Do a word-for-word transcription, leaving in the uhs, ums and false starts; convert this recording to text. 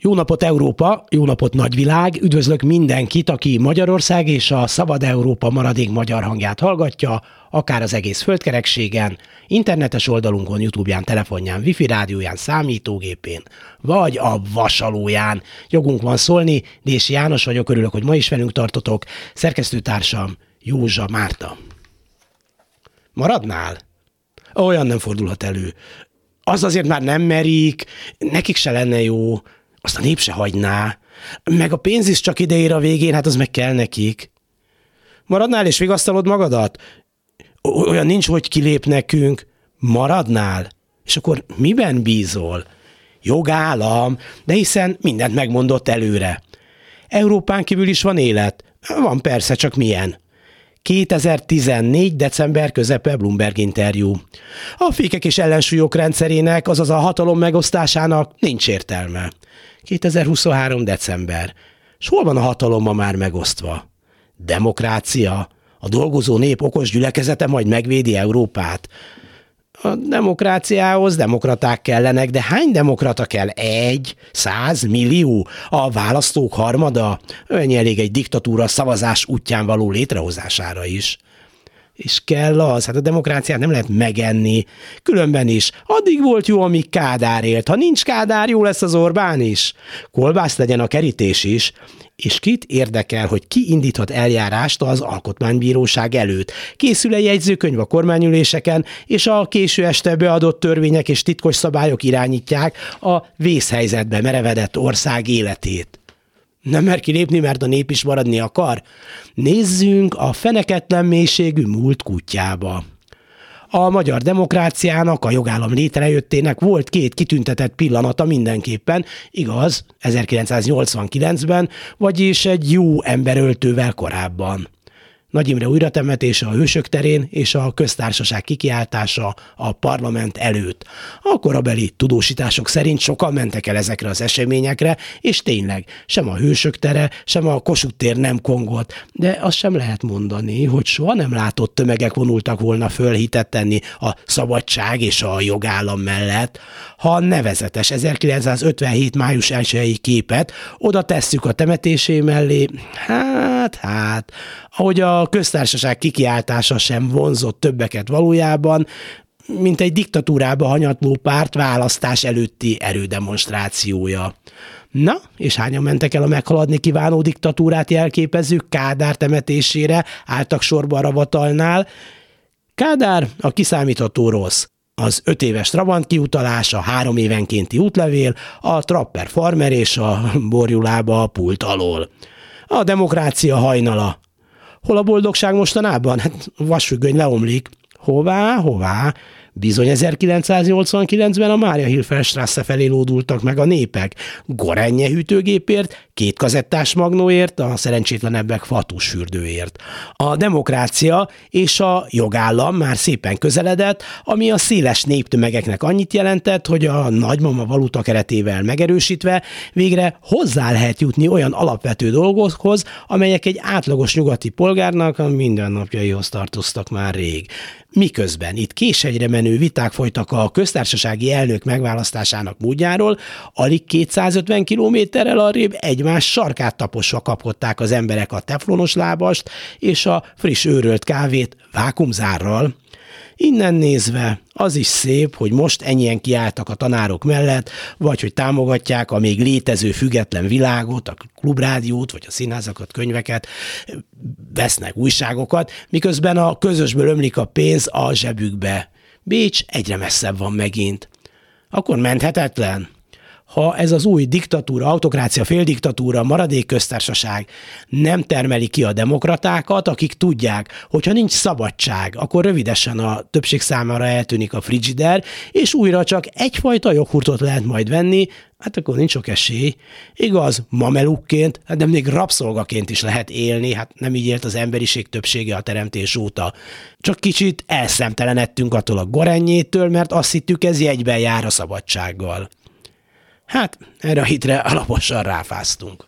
Jó napot Európa, jó napot nagyvilág, üdvözlök mindenkit, aki Magyarország és a Szabad Európa maradék magyar hangját hallgatja, akár az egész földkerekségen, internetes oldalunkon, YouTube-ján, telefonján, wifi rádióján, számítógépén, vagy a vasalóján. Jogunk van szólni, Dési János vagyok, örülök, hogy ma is velünk tartotok, szerkesztőtársam Józsa Márta. Maradnál? Olyan nem fordulhat elő. Az azért már nem merik, nekik se lenne jó, azt a nép se hagyná, meg a pénz is csak ide ér a végén, hát az meg kell nekik. Maradnál és vigasztalod magadat? Olyan nincs, hogy kilép nekünk. Maradnál? És akkor miben bízol? Jogállam, de hiszen mindent megmondott előre. Európán kívül is van élet? Van persze, csak milyen? kétezer-tizennégy. december közepe Bloomberg interjú. A fékek és ellensúlyok rendszerének, azaz a hatalom megosztásának nincs értelme. kétezer-huszonhárom. december. S hol van a hatalom ma már megosztva? Demokrácia? A dolgozó nép okos gyülekezete majd megvédi Európát? A demokráciához demokraták kellenek, de hány demokrata kell? Egy? Száz? Millió? A választók harmada? Ennyi elég egy diktatúra szavazás útján való létrehozására is. És kell az, hát a demokráciát nem lehet megenni. Különben is. Addig volt jó, amíg Kádár élt. Ha nincs Kádár, jó lesz az Orbán is. Kolbász legyen a kerítés is. És kit érdekel, hogy ki indíthat eljárást az alkotmánybíróság előtt? Készül-e jegyzőkönyv a kormányüléseken, és a késő este beadott törvények és titkos szabályok irányítják a vészhelyzetbe merevedett ország életét? Nem mer kilépni, mert a nép is maradni akar? Nézzünk a feneketlen mélységű múlt kutyába. A magyar demokráciának, a jogállam létrejöttének volt két kitüntetett pillanata mindenképpen, igaz, ezerkilencszáznyolcvankilencben, vagyis egy jó emberöltővel korábban. Nagy Imre újratemetése a Hősök terén és a köztársaság kikiáltása a parlament előtt. A korabeli tudósítások szerint sokan mentek el ezekre az eseményekre, és tényleg sem a Hősök tere, sem a Kossuth tér nem kongott, de azt sem lehet mondani, hogy soha nem látott tömegek vonultak volna föl hitet tenni a szabadság és a jogállam mellett. Ha a nevezetes ezerkilencszázötvenhét. május elsejei képet oda tesszük a temetésé mellé, hát, hát, ahogy a köztársaság kikiáltása sem vonzott többeket valójában, mint egy diktatúrába hanyatló párt választás előtti erődemonstrációja. Na, és hányan mentek el a meghaladni kívánó diktatúrát jelképező Kádár temetésére, álltak sorba a ravatalnál? Kádár a kiszámítható rossz. Az öt éves Trabant kiutalás, a három évenkénti útlevél, a Trapper farmer és a borjulába a pult alól. A demokrácia hajnala. Hol a boldogság mostanában? Hát vasfüggöny leomlik. Hová, hová? Bizony ezerkilencszáznyolcvankilencben a Mária-Hilfer-Strasse felé lódultak meg a népek. Gorenje hűtőgépért, két kazettás magnóért, a szerencsétlenebbek fatus fürdőért. A demokrácia és a jogállam már szépen közeledett, ami a széles néptömegeknek annyit jelentett, hogy a nagymama valuta keretével megerősítve végre hozzá lehet jutni olyan alapvető dolgokhoz, amelyek egy átlagos nyugati polgárnak a mindennapjaihoz tartoztak már rég. Miközben itt késhegyre menő viták folytak a köztársasági elnök megválasztásának módjáról, alig kétszázötven kilométerrel arrébb egymás sarkát taposva kapkodták az emberek a teflonos lábast és a friss őrölt kávét vákuumzárral. Innen nézve az is szép, hogy most ennyien kiálltak a tanárok mellett, vagy hogy támogatják a még létező független világot, a klubrádiót, vagy a színházakat, könyveket, vesznek újságokat, miközben a közösből ömlik a pénz a zsebükbe. Bécs egyre messzebb van megint. Akkor menthetetlen? Ha ez az új diktatúra, autokrácia, féldiktatúra, maradék köztársaság nem termeli ki a demokratákat, akik tudják, hogyha nincs szabadság, akkor rövidesen a többség számára eltűnik a frigider, és újra csak egyfajta joghurtot lehet majd venni, hát akkor nincs sok esély. Igaz, mamelukként, de még rabszolgaként is lehet élni, hát nem így élt az emberiség többsége a teremtés óta. Csak kicsit elszemtelenedtünk attól a gorennyétől, mert azt hittük, ez jegyben jár a szabadsággal. Hát, erre a hitre alaposan ráfáztunk.